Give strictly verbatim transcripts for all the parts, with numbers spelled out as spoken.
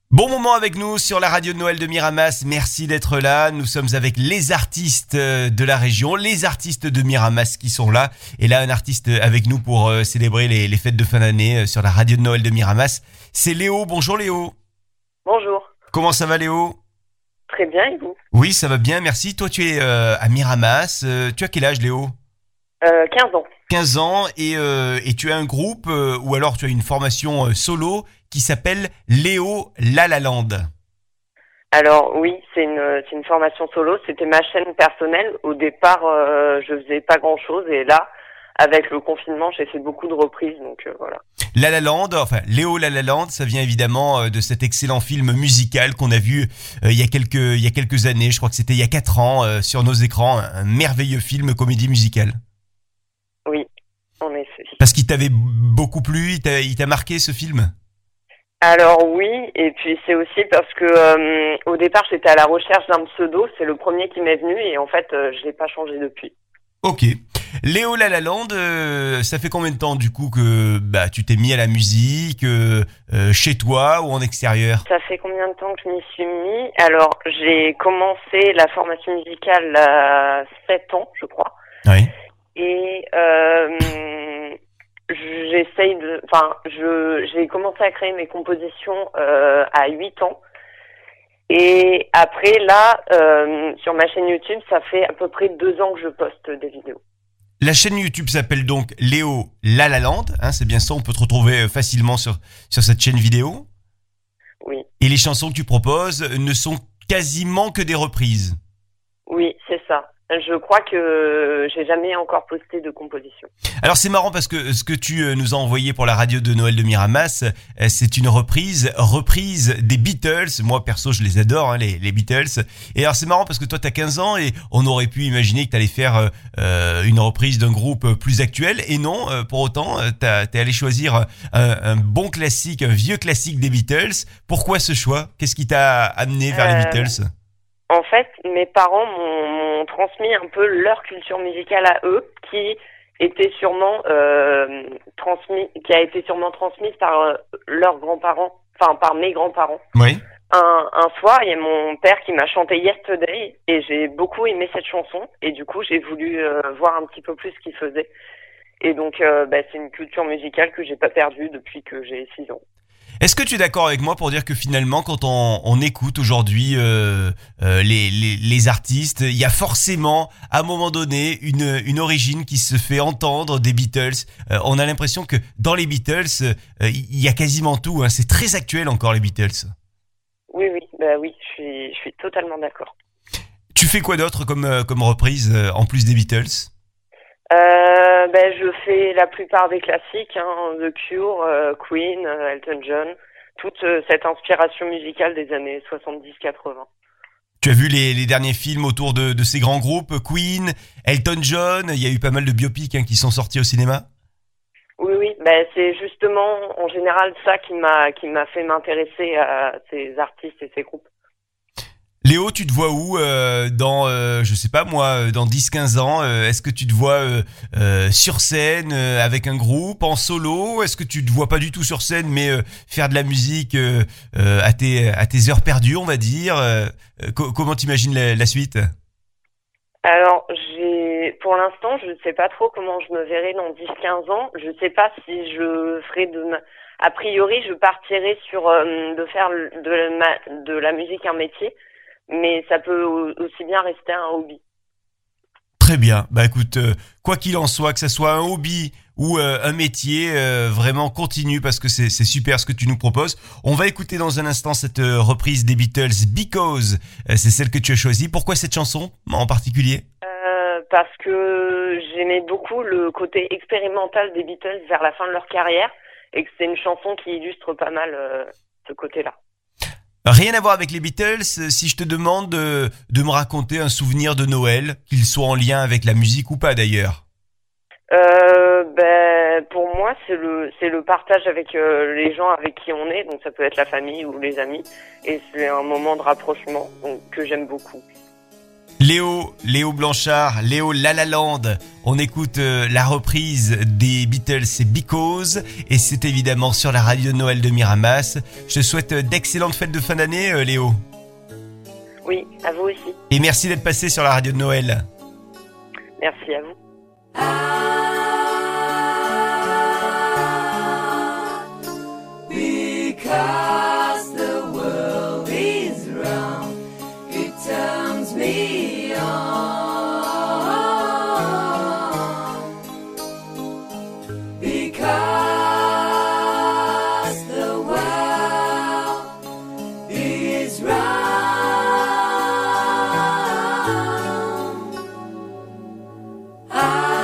Bon moment avec nous sur la radio de Noël de Miramas, merci d'être là, nous sommes avec les artistes de la région, les artistes de Miramas qui sont là, et là un artiste avec nous pour célébrer les, les fêtes de fin d'année sur la radio de Noël de Miramas, c'est Léo. Bonjour Léo. Bonjour. Comment ça va Léo? Très bien, et vous? Oui, ça va bien, merci. Toi tu es euh, à Miramas, euh, tu as quel âge Léo? euh, quinze ans. quinze ans, et, euh, et tu as un groupe, euh, ou alors tu as une formation euh, solo qui s'appelle Léo La La Land. Alors oui, c'est une, c'est une formation solo, c'était ma chaîne personnelle. Au départ, euh, je faisais pas grand-chose, et là, avec le confinement, j'ai fait beaucoup de reprises, donc euh, voilà. La La Land, enfin Léo La La Land, ça vient évidemment euh, de cet excellent film musical qu'on a vu euh, il y a quelques il y a quelques années, je crois que c'était il y a quatre ans euh, sur nos écrans, un, un merveilleux film comédie musicale. Oui, en effet. Parce qu'il t'avait beaucoup plu, il t'a, il t'a marqué ce film? Alors oui, et puis c'est aussi parce que euh, au départ, j'étais à la recherche d'un pseudo, c'est le premier qui m'est venu, et en fait, euh, je l'ai pas changé depuis. Ok. Léo La La Land, euh, ça fait combien de temps du coup que bah tu t'es mis à la musique euh, euh, chez toi ou en extérieur? Ça fait combien de temps que je m'y suis mis? Alors, j'ai commencé la formation musicale à sept ans, je crois. Oui. Et euh, j'essaye de, enfin, je, j'ai commencé à créer mes compositions euh, à huit ans. Et après, là, euh, sur ma chaîne YouTube, ça fait à peu près deux ans que je poste des vidéos. La chaîne YouTube s'appelle donc Léo La La Land, hein, c'est bien ça, on peut te retrouver facilement sur, sur cette chaîne vidéo. Oui. Et les chansons que tu proposes ne sont quasiment que des reprises. Oui, c'est ça. Je crois que j'ai jamais encore posté de composition. Alors c'est marrant parce que ce que tu nous as envoyé pour la radio de Noël de Miramas, c'est une reprise, reprise des Beatles. Moi perso je les adore, hein, les, les Beatles. Et alors c'est marrant parce que toi t'as quinze ans et on aurait pu imaginer que t'allais faire euh, une reprise d'un groupe plus actuel. Et non, euh, pour autant t'as, t'es allé choisir un, un bon classique, un vieux classique des Beatles. Pourquoi ce choix? Qu'est-ce qui t'a amené vers euh... les Beatles? En fait, mes parents m'ont, m'ont transmis un peu leur culture musicale à eux, qui était sûrement euh, transmis, qui a été sûrement transmise par euh, leurs grands-parents, enfin par mes grands-parents. Oui. Un, un soir, il y a mon père qui m'a chanté Yesterday et j'ai beaucoup aimé cette chanson et du coup j'ai voulu euh, voir un petit peu plus ce qu'il faisait. Et donc euh, bah, c'est une culture musicale que j'ai pas perdue depuis que j'ai six ans. Est-ce que tu es d'accord avec moi pour dire que finalement, quand on, on écoute aujourd'hui euh, euh, les, les, les artistes, il y a forcément, à un moment donné, une, une origine qui se fait entendre des Beatles. Euh, on a l'impression que dans les Beatles, euh, il y a quasiment tout. Hein. C'est très actuel encore, les Beatles. Oui, oui, bah oui, je suis, je suis totalement d'accord. Tu fais quoi d'autre comme, euh, comme reprise euh, en plus des Beatles ? Euh, ben, je fais la plupart des classiques, hein, The Cure, euh, Queen, euh, Elton John, toute euh, cette inspiration musicale des années soixante-dix quatre-vingts. Tu as vu les, les derniers films autour de, de ces grands groupes, Queen, Elton John, il y a eu pas mal de biopics hein, qui sont sortis au cinéma? Oui, oui, ben, c'est justement en général ça qui m'a, qui m'a fait m'intéresser à ces artistes et ces groupes. Léo, tu te vois où euh, dans, euh, je sais pas moi, dans dix quinze ans euh, Est-ce que tu te vois euh, euh, sur scène euh, avec un groupe, en solo? Est-ce que tu te vois pas du tout sur scène, mais euh, faire de la musique euh, euh, à, tes, à tes heures perdues, on va dire euh, co- Comment t'imagines la, la suite? Alors, j'ai, pour l'instant, je ne sais pas trop comment je me verrai dans dix quinze ans. Je ne sais pas si je ferai de ma... A priori, je partirai sur euh, de faire de, ma... de la musique un métier. Mais ça peut aussi bien rester un hobby. Très bien. Bah écoute, euh, quoi qu'il en soit, que ce soit un hobby ou euh, un métier, euh, vraiment continue parce que c'est, c'est super ce que tu nous proposes. On va écouter dans un instant cette euh, reprise des Beatles, Because. Euh, c'est celle que tu as choisie. Pourquoi cette chanson en particulier? euh, Parce que j'aimais beaucoup le côté expérimental des Beatles vers la fin de leur carrière et que c'est une chanson qui illustre pas mal euh, ce côté-là. Rien à voir avec les Beatles, si je te demande de, de me raconter un souvenir de Noël, qu'il soit en lien avec la musique ou pas d'ailleurs. Euh, ben, pour moi, c'est le, c'est le partage avec euh, les gens avec qui on est, donc ça peut être la famille ou les amis, et c'est un moment de rapprochement donc, que j'aime beaucoup. Léo, Léo Blanchard, Léo La La Land. On écoute euh, la reprise des Beatles, c'est Because, et c'est évidemment sur la radio de Noël de Miramas. Je te souhaite euh, d'excellentes fêtes de fin d'année, euh, Léo. Oui, à vous aussi. Et merci d'être passé sur la radio de Noël. Merci à vous. Because the world is round, it turns me on. Because the world is round, ah,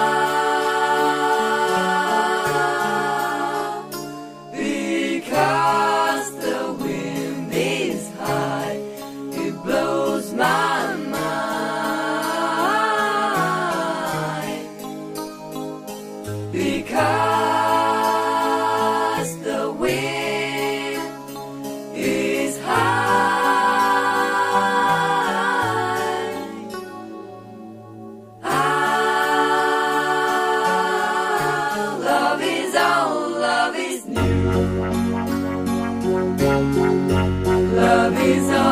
because the wind is high, it blows my mind. Because the wind is high, ah, love is old, love is new. Love is all